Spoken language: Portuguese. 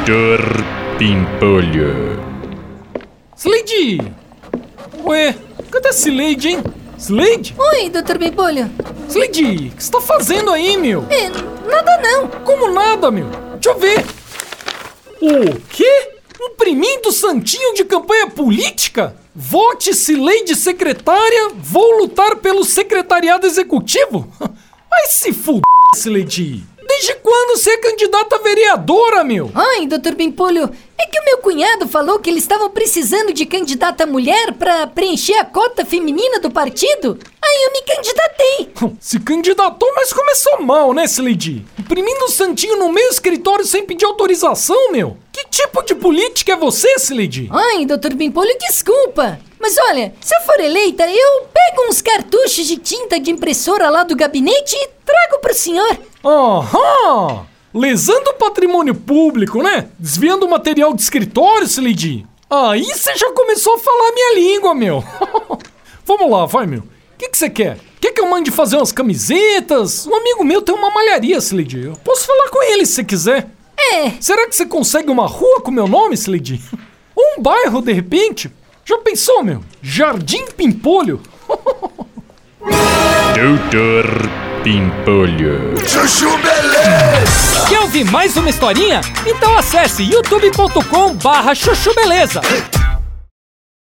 Doutor Pimpolho. Slade! Ué, cadê a Slade, hein? Slade? Oi, Dr. Pimpolho. Slade, o que você tá fazendo aí, meu? Nada não. Como nada, meu? Deixa eu ver. O quê? Imprimindo santinho de campanha política? Vote Slade secretária, vou lutar pelo secretariado executivo? Vai se fuder, Slade. Desde quando você é candidata a vereadora, meu? Ai, Dr. Pimpolho, é que o meu cunhado falou que eles estavam precisando de candidata mulher pra preencher a cota feminina do partido. Aí eu me candidatei. Se candidatou, mas começou mal, né, Slade? Imprimindo um santinho no meio do escritório sem pedir autorização, meu? Que tipo de política é você, Slade? Ai, Dr. Pimpolho, desculpa. Mas olha, se eu for eleita, eu pego uns cartuchos de tinta de impressora lá do gabinete e trago pro senhor. Aham! Lesando o patrimônio público, né? Desviando o material de escritório, Slade. Aí você já começou a falar minha língua, meu. Vamos lá, vai, meu. O que você quer? Quer que eu mande fazer umas camisetas? Um amigo meu tem uma malharia, Slade. Eu posso falar com ele se você quiser. Será que você consegue uma rua com meu nome, Slade? Ou um bairro, de repente? Já pensou, meu? Jardim Pimpolho? Doutor Pimpolho. Chuchu Beleza! Quer ouvir mais uma historinha? Então acesse youtube.com/chuchubeleza.